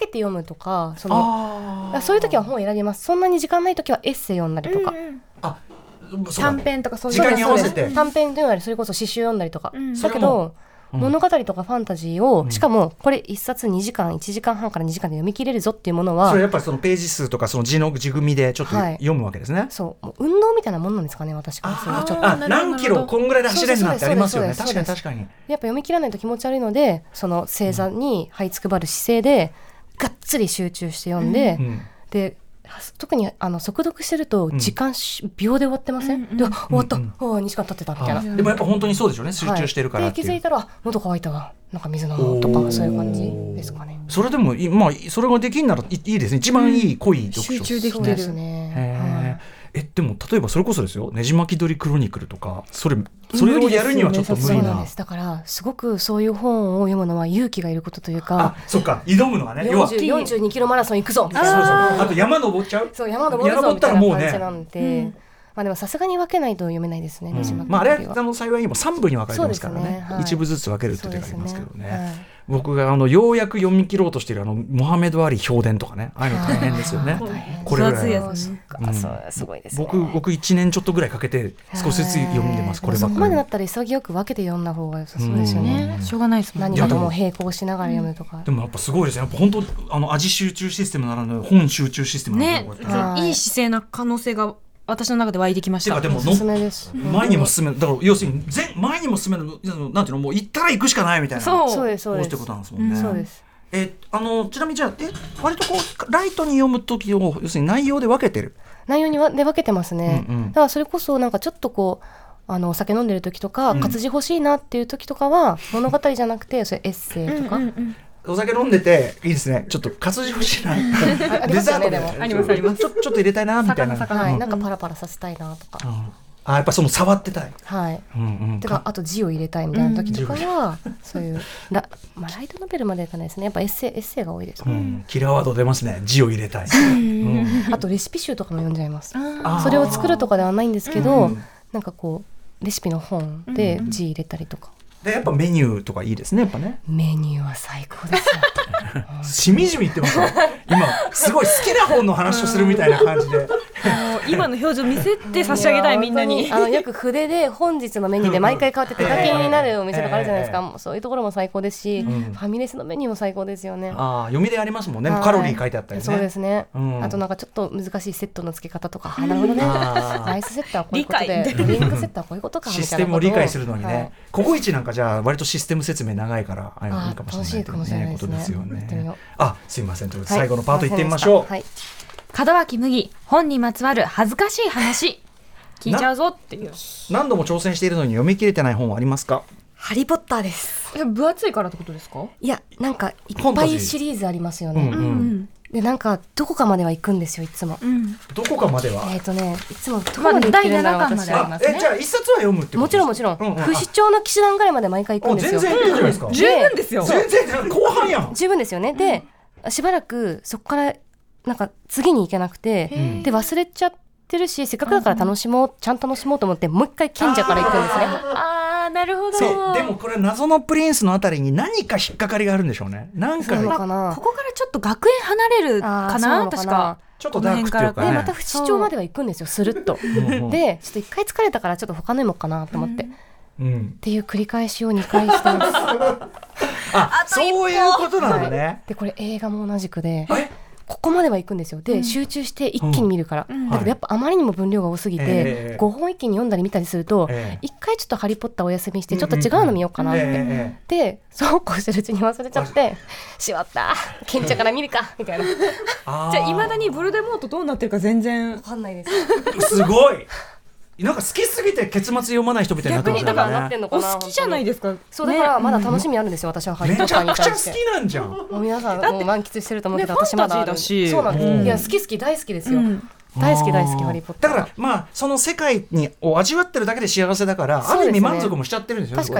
て読むとか、そのあーそういう時は本を選びます。そんなに時間ない時はエッセイ読んだりとか、 あそうか短編とかそういう時間に合わせてそうです短編読んだり、それこそ詩集読んだりとか、 うんだけど、 うん物語とかファンタジーを、しかもこれいっさつにじかんいちじかんはんからにじかんで読み切れるぞっていうものは、 それやっぱりそのページ数とかその字の字組みでちょっとはい読むわけですね、 そうもう運動みたいなもんなんですかね、私からするとちょっとあ何キロこんぐらいで走れるなってありますよね。確そうですかに確かに。 やっぱ読み切らないと気持ち悪いので、その正座に這いつくばる姿勢でがっつり集中して読んで、 うんで特にあの速読してると時間し、秒で終わってません、 うんうんで終わった、 うんああにじかん経ってたみたいな、 あでもやっぱ本当にそうでしょうね、集中してるからはい、 っていう、 で気づいたら喉乾いたわ、なんか水飲もうとかそういう感じですかね。 それでもいまあそれができんならいいいですね。一番いい濃い読書、 集中できそうてるですね、 へーえでも例えばそれこそですよ、ねじ巻き鳥クロニクルとか、それそれをやるにはちょっと無理なそうなんです。だからすごくそういう本を読むのは勇気がいることというあか、 そっか挑むのはね、要はよんじゅうよんじゅうにキロマラソン行くぞみたいそうそうな、 あと山登っちゃうそう山登るぞ登ったみたいならもうね感じなんで、まあでもさすがに分けないと読めないですね、ねじ巻きまあ、あれ鳥ははあの幸いにもさん部に分かれてますからね、 そうですねはい一部ずつ分けるって手がありますけどね。 そうですねはい、 僕があのようやく読み切ろうとしているあのモハメド・アリ評伝とかね、ああいうの大変ですよね。 大変これぐらい分厚いやつねあそうすごいですね。 僕僕いちねんちょっとぐらいかけて少しずつ読んでます、こればっかりそこまでだったら潔く分けて読んだ方が良さそうですよね。 ねしょうがないですもんね。 何かとも並行しながら読むとか。 でもやっぱすごいですね。やっぱ本当あの味集中システムならぬ本集中システムなねのかな、 はいいい姿勢な可能性が私の中で湧いてきました。 てかでもおすすめです。 前にも進めだから要するに前前にも進めるのなんていうの、もう行ったら行くしかないみたいなそうそうですそうです。 こうしてことなんですもんね。 そうです。 えあのちなみにじゃあえ割とこうライトに読む時を要するに内容で分けてる。 内容にはで分けてますね。 うんうんだからそれこそなんかちょっとこうあのお酒飲んでる時とか、 うん活字欲しいなっていう時とかは物語じゃなくてそれエッセイとか。 うんうんうんお酒飲んでていいですね。ちょっと活字欲しいな。 ありますよねでもありますありますちょちょっと入れたいなみたいな。 はい、 うんなんかパラパラさせたいなとか。 うんあやっぱその触ってたい。 はい。 うんうんてかあと字を入れたいみたいな時とかは、そういうラ、まあ、ライトノベルまでいかないですね。やっぱエッセイエッセイが多いですね。 うんキラーワード出ますね。字を入れたい。うんあとレシピ集とかも読んじゃいます。 あーそれを作るとかではないんですけど、 うんなんかこうレシピの本で字入れたりとか。 でやっぱメニューとかいいですね。やっぱね。 メニューは最高ですよ。 しみじみ言ってますよ。今すごい好きな本の話をするみたいな感じで。 今の表情見せて差し上げたいみんなに。 あのよく筆で本日のメニューで毎回変わって手書きになるお店とかあるじゃないですか。もうそういうところも最高ですし、 んファミレスのメニューも最高ですよね。 ああ読みでありますもんね。 はいカロリー書いてあったりね。 そうですね、 うんあとなんかちょっと難しいセットの付け方とか、あなるほどね、 あーライスセットはこういうことで理解ドリンクセットはこういうことかみたいなシステムを理解するのにね、 はいココイチなんかじゃあ割とシステム説明長いからあれあーいいかもしれない楽しいかもしれないですねことですよやってみねよう。 あすいませんということではい最後のパート行ってみましょう。 はい、 門脇麦本にまつわる恥ずかしい話聞いちゃうぞっていう。 何度も挑戦しているのに読み切れてない本はありますか？ ハリーポッターです。 え分厚いからってことですか？ いやなんかいっぱファンタジーいシリーズありますよね、 うんうんでなんかどこかまでは行くんですよいつも。 うん。 どこかまでは。 えっ、とねいつもどこまで行ってるんだろう、 まあだいななかんま私はでありますねえじゃあ一冊は読むってこともちろんもちろん、 うんうん不死鳥の騎士団ぐらいまで毎回行くんですよ。 あ全然いけるじゃないですか。 十分ですよ。 全然後半やん。 十分ですよね。で、しばらくそこからなんか次に行けなくて、 んで忘れちゃってるし、せっかくだから楽しもう、ちゃんと楽しもうと思ってもう一回賢者から行くんですね。 ああなるほど。 そうでもこれ謎のプリンスのあたりに何か引っかかりがあるんでしょうね。なんかそうなのかなここからちょっと学園離れるかあーそうななのかな確か。 ちょっとダークっていうかねでまた不死鳥までは行くんですよ、スルッと。 うんうんでちょっと一回疲れたからちょっと他の読もうかなと思って、っうんていう繰り返しをにかいしてます。 あそういうことなのね。 でこれ映画も同じくで。 えここまでは行くんですよ。で、集中して一気に見るから、 んだけどやっぱあまりにも分量が多すぎて、 ええごほん一気に読んだり見たりすると、 ええ一回ちょっとハリーポッターお休みしてちょっと違うの見ようかなって、 ええでそうこうしてるうちに忘れちゃってしまった賢者から見るかみたいな。 あーじゃあいまだにボルデモートどうなってるか全然。 わかんないです。 すごいなんか好きすぎて結末読まない人みたいになってますよ逆にだからなってね。 おんのかな。 好きじゃないですか。 そうだからまだ楽しみあるんですよ、私はハリーポッターめちゃくちゃ好に対して。 きなんじゃん。 もう皆さんもう満喫してると思うけど、 ね私まだある。 ファンタジーだしそうなんです、 うんいや好き好き大好きですよ、 うん大好き大好きハリーポッター。 だからまあその世界にを味わってるだけで幸せだから、ある意味満足もしちゃってるんですよ。 確かに、 これね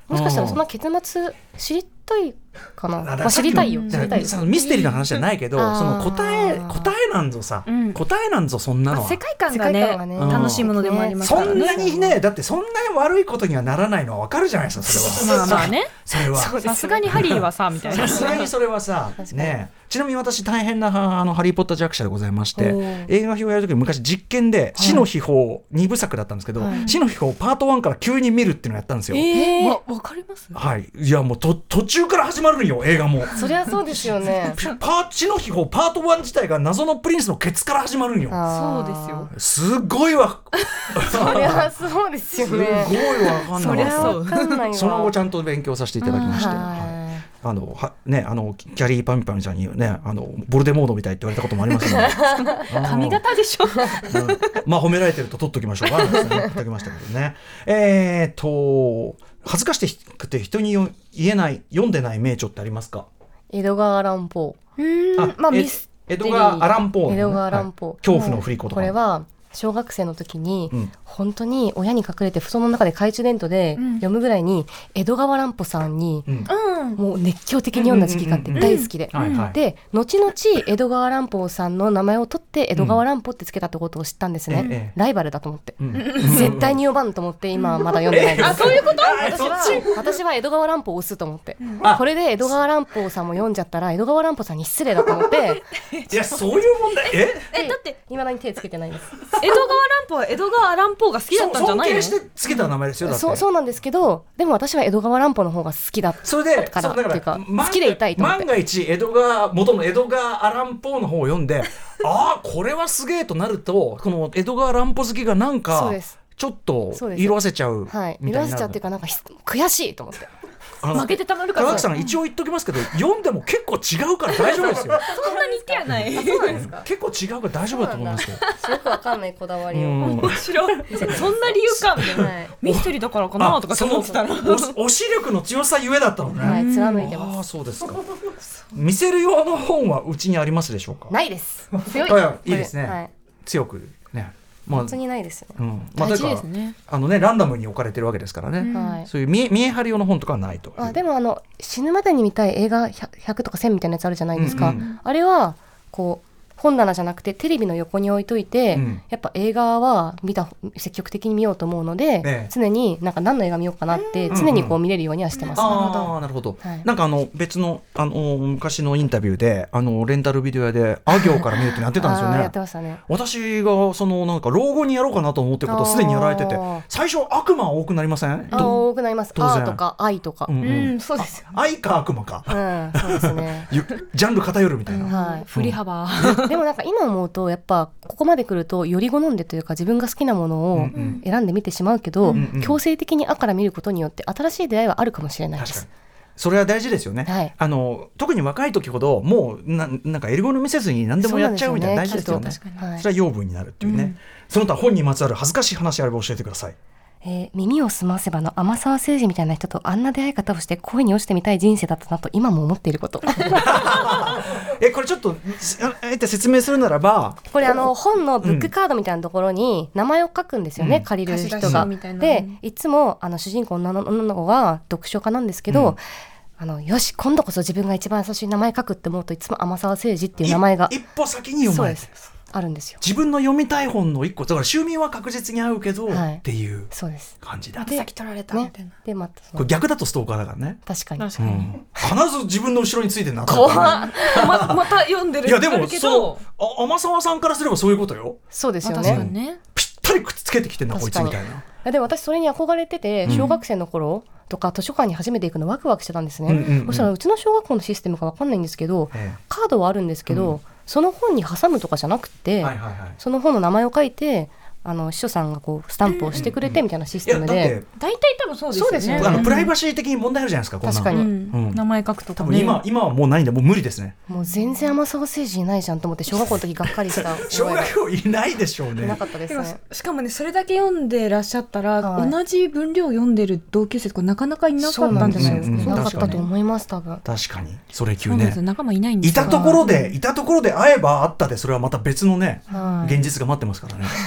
もしかしたらそんな結末知りたいかな、 あまあ、知りたいよだ知りたいよそのミステリーの話じゃないけど、 あーその答え答えなんぞさ、 うん答えなんぞそんなのは世界観が世界ね観がね楽しいものでもありますからね。 そんなにね、だってそんなに悪いことにはならないのはわかるじゃないですか、それは。 まあまあね。 それは。 そうですさすがにハリーはさみたいな。 さすがにそれはさ、 確かにね、ちなみに私大変なあのハリー・ポッター弱者でございましておー映画表をやるときに昔実験で死の秘宝にぶさくだったんですけど、 はい死の秘宝パートワンから急に見るっていうのをやったんですよ。 えー、わわかります？ はい、いやもうと途中から始まるんよ映画も。 そりゃそうですよねパー死の秘宝パートワン自体が謎のプリンスのケツから始まるんよ。 あーそうですよ。 すごいわそりゃそうですよすごいねわかんそないりゃそうわかんないわその後ちゃんと勉強させていただきまして、はいはあのはね、あのキャリーパンパンちゃんにねあのボルデモードみたいって言われたこともありますので髪型でしょ。 うんまあ褒められてると取っときましょうかなんて言っていただきましたけどね。えーと恥ずかしくて人に言えない読んでない名著ってありますか？ い、江戸川乱歩うーん。 あえまあミス江戸川アランポーのね、 江戸川乱歩、 はい恐怖の振り子とかこれは小学生の時に、 うん本当に親に隠れて布団の中で懐中電灯でうん読むぐらいに、江戸川乱歩さんにうんうん。 もう熱狂的に読んだ時期があってうんうん大好きで、 はいはい、 で後々江戸川乱歩さんの名前を取って江戸川乱歩ってつけたってことを知ったんですね、 ええライバルだと思って、 うん絶対に読まんと思って今はまだ読んでないです、 あ、そういうこと？ 私は私は江戸川乱歩を押すと思って、 あこれで江戸川乱歩さんも読んじゃったら江戸川乱歩さんに失礼だと思っていやそういう問題ええ、だっていまだに手つけてないんです江戸川乱歩は江戸川乱歩が好きだったんじゃないの？ 尊敬してつけた名前ですよだって。 そうそうなんですけど、でも私は江戸川乱歩の方が好きだそれでからそうだっていうか万好きでいたいと思って万が一江戸川元の江戸川アランポーの方を読んでああこれはすげえとなるとこの江戸川乱歩好きがなんそうかですちょっとそうです色あせちゃうみたはいい、 になる。 色あせちゃうっていうかなんかひ悔しいと思ってあの負けてたまるか高ら。 木さん一応言っときますけど読んでも結構違うから大丈夫ですよ。 そんなに言ってやない。 そうなんですか結構違うから大丈夫だと思いますよ。 よくわかんないこだわりを、 うん面白い。そんな理由かみたいな。 はい、 ミステリーだからかなとかって思ってたら。 あその押し押し力の強さゆえだったのね。 はい、貫いてますああそうですか。見せる用の本はうちにありますでしょうか。 ないです強いあいやいいですねこれはい、 強くね。まあ本当にないですよね、 うんまあ、 大事というかですね。 あのねランダムに置かれてるわけですからね、 うんはい、 そういう見え見え張り用の本とかはないと。 あでもあの死ぬまでに見たい映画ひゃくとかせんみたいなやつあるじゃないですか、 うんうんあれはこう本棚じゃなくてテレビの横に置いといて、 うんやっぱ映画は見た積極的に見ようと思うので、 ええ常になんか何の映画見ようかなって常にこう見れるようにはしてます、 ああなるほど、 はいなんかあの別のあの昔のインタビューであのレンタルビデオ屋であ行から見るってやってたんですよあーやねってましたね私がそのなんか老後にやろうかなと思ってることをすでにやられててあー最初悪魔多くなりません？ あーど多くなります当然あーとか愛とか、 うんうんうんうん、そうですよ。 愛か悪魔かそうですねゆジャンル偏るみたいな、 はい振り幅。 でもなんか今思うとやっぱここまで来るとより好んでというか自分が好きなものをうんうん選んで見てしまうけど、 うんうん強制的に「あ」から見ることによって新しい出会いはあるかもしれないで確かにす。 それは大事ですよね、 はいあの特に若い時ほどもうななんかエルゴの見せずに何でもやっちゃうみたいな大事ですよね。 そうなんですよねきっとはいそれは養分になるっていうね、 うんその他本にまつわる恥ずかしい話あれば教えてください。 えー耳を澄ませばの天沢誠治みたいな人とあんな出会い方をして恋に落ちてみたい人生だったなと今も思っていることえこれちょっとあえて説明するならばこれあの本のブックカードみたいなところに名前を書くんですよね、 うん借りる人貸し出がしみたいなでいつもあの主人公の女の女の子が読書家なんですけど、 うんあのよし今度こそ自分が一番優しい名前書くって思うといつも天沢誠治っていう名前がい一歩先に読まれてそうですあるんですよ。 自分の読みたい本の一個だから収入は確実に合うけど、 はいっていうそうです感じだ、 また先取られたみねたいな。 でまたそこれの逆だとストーカーだからね、 確かに確かに。 うん、必ず自分の後ろについてるな怖っままた読んでるいやでもあるけどそう、あ天沢さんからすればそういうことよ。 まあそうですよね確かにね。 ぴったりくっつけてきてんなこいつみたいな。 いやでも私それに憧れてて小学生の頃とか図書館に初めて行くのワクワクしてたんですね、 うんうんうんそしたらうちの小学校のシステムか分かんないんですけど、 えカードはあるんですけど、 うんその本に挟むとかじゃなくて、 えはいはいはい。 その本の名前を書いてあの秘書さんがこうスタンプをしてくれてみたいなシスいやテムで、 だって大体多分そうですよね。 そうですよねあのプライバシー的に問題あるじゃないですかこんなの確かにうんうん名前書くとかね。 多分今今はもうないんでもう無理ですね。 もう全然天沢誠治いないじゃんと思って小学校の時がっかりした小覚え学校いないでしょうねがな。かったですでもね。 しかもねそれだけ読んでらっしゃったら、 はい同じ分量読んでる同級生とかなかなかいなかったんじゃないですか。 そうなんですよなかっ確かにたと思います多分。 確かにそれ級ねそうなんですよ。仲間いないんですよ。 いたところでいたところで会えば会ったでそれはまた別のねはい現実が待ってますからね。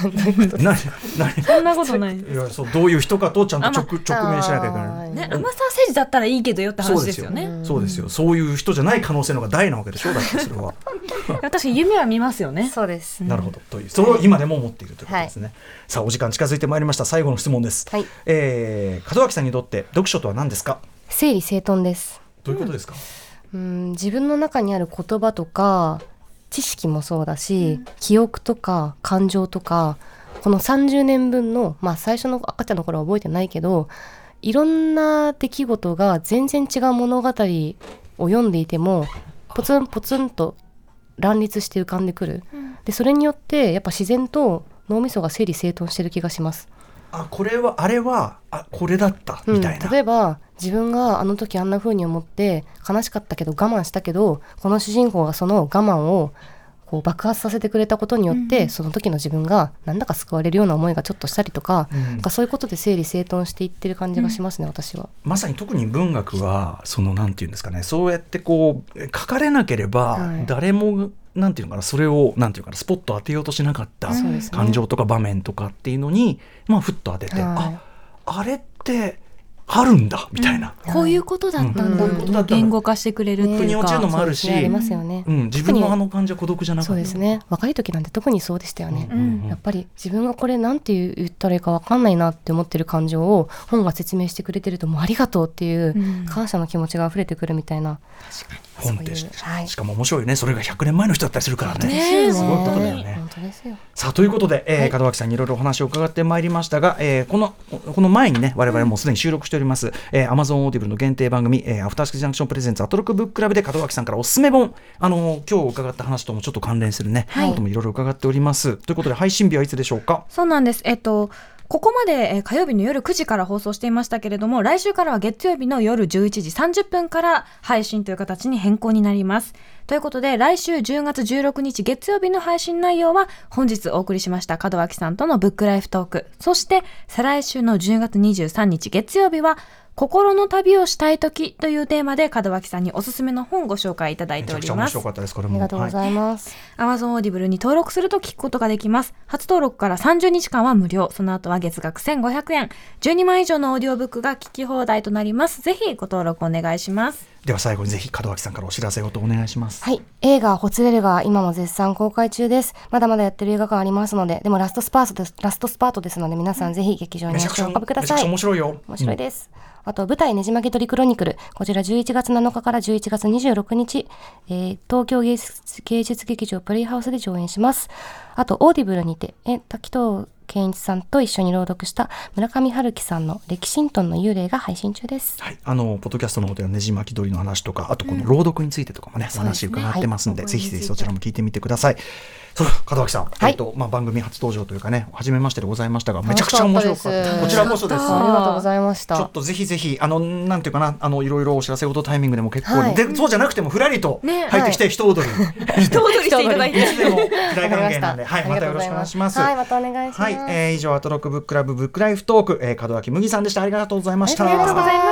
ななそんなことない。 いやそうどういう人かとちゃんと直,、直面しなきゃいけない。 ね、天沢誠治だったらいいけどよって話ですよね。 そうですよ。そういう人じゃない可能性の方が大なわけでしょ。だってそれは。 確かに夢は見ますよね。 そうです。 なるほど。というそれを今でも思っているということですね。はい、さあお時間近づいてまいりました。最後の質問です。はい、えー、門脇さんにとって読書とは何ですか？ 整理整頓です。 どういうことですか？ うん、自分の中にある言葉とか知識もそうだし、うん、記憶とか感情とかこのさんじゅうねんぶんの、まあ、最初の赤ちゃんの頃は覚えてないけどいろんな出来事が全然違う物語を読んでいてもポツンポツンと乱立して浮かんでくる、うん、でそれによってやっぱ自然と脳みそが整理整頓してる気がします。 あ、これはあれはあこれだったみたいな、 うん、例えば自分があの時あんな風に思って悲しかったけど我慢したけどこの主人公がその我慢をこう爆発させてくれたことによって、うん、その時の自分がなんだか救われるような思いがちょっとしたりとか、うん、なんかそういうことで整理整頓していってる感じがしますね、うん、私は。 まさに特に文学はそのなんていうんですかね、そうやってこう書かれなければ誰も、はい、なんていうのかな、それをなんていうかなスポット当てようとしなかった感情とか場面とかっていうのに、まあ、ふっと当てて、はい、ああれってあるんだみたいな、 うん、こういうことだったんだ、うん、言語化してくれるっていうか、 腑に落ちるのもあるし、 ありますよね、 うん、自分のあの感じは孤独じゃなかった。 そうですね、若い時なんて特にそうでしたよね、うんうんうん、やっぱり自分がこれなんて言ったらいいか分かんないなって思ってる感情を本が説明してくれてるともうありがとうっていう感謝の気持ちが溢れてくるみたいな、 確かに本ってし、はい、しかも面白いね、それがひゃくねんまえの人だったりするからね、すごいことだよね。 本当ですよ。 さあということで、えーはい、門脇さんにいろいろお話を伺ってまいりましたが、えー、このこの前にね我々もすでに収録しております、うん、えー、Amazon オーディブルの限定番組、えー、アフターシックスジャンクションプレゼンツアトロックブッククラブで門脇さんからおすすめ本、あのー、今日伺った話ともちょっと関連するね、はい、こともいろいろ伺っております。ということで配信日はいつでしょうか？ そうなんです、えっとここまで、えー、火曜日の夜くじから放送していましたけれども、来週からは月曜日の夜じゅういちじさんじゅっぷんから配信という形に変更になります。ということで来週じゅうがつじゅうろくにち月曜日の配信内容は本日お送りしました門脇さんとのブックライフトーク、そして再来週のじゅうがつにじゅうさんにち月曜日は心の旅をしたいときというテーマで門脇さんにおすすめの本をご紹介いただいております。 めちゃくちゃ面白かったです。これもありがとうございます、 はい、Amazon Audible に登録すると聞くことができます。初登録からさんじゅうにちかんは無料、その後は月額せんごひゃくえん、じゅうにまん以上のオーディオブックが聞き放題となります。ぜひご登録お願いします。 では最後にぜひ門脇さんからお知らせをとお願いします。 はい、映画ほつれるが今も絶賛公開中です。まだまだやってる映画がありますので、でもラストスパートですラストスパートですので皆さんぜひ劇場に足をお運びください。 めちゃくちゃ面白いよ。 面白いです、うん、あと舞台ねじ巻き鳥クロニクル、こちらじゅういちがつなのかからじゅういちがつにじゅうろくにち、えー、東京芸術、芸術劇場プレイハウスで上演します。あとオーディブルにてえ滝藤健一さんと一緒に朗読した村上春樹さんの歴神遁の幽霊が配信中です。 はい、あのポッドキャストの方ではねじ巻き鳥の話とか、あとこの朗読についてとかもね、うん、お話伺ってますので、はい、ぜひぜひそちらも聞いてみてください。そう門脇さん、はい、えっとまあ、番組初登場というかね初めましてでございましたが、めちゃくちゃ面白かった。こちらこそです。 ありがとうございました。 ちょっとぜひぜひあのなんていうかな、あのいろいろお知らせごとタイミングでも結構、はい、でそうじゃなくてもふらりと入ってきて、ね、一踊り、 はい、一踊りしていただいていつでも大歓迎なんで、はい、またよろしくお願いします。 はい、またお願いします。はい、 えー、以上アトロックブッククラブブックライフトーク、えー、門脇麦さんでした。ありがとうございました。 ありがとうございました。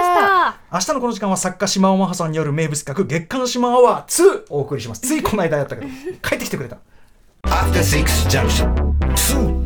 明日のこの時間は作家島尾真帆さんによる名物企画月刊島アワーツーをお送りします。ついこの間やったけど帰ってきてくれた。アフターシックスジャンクションツー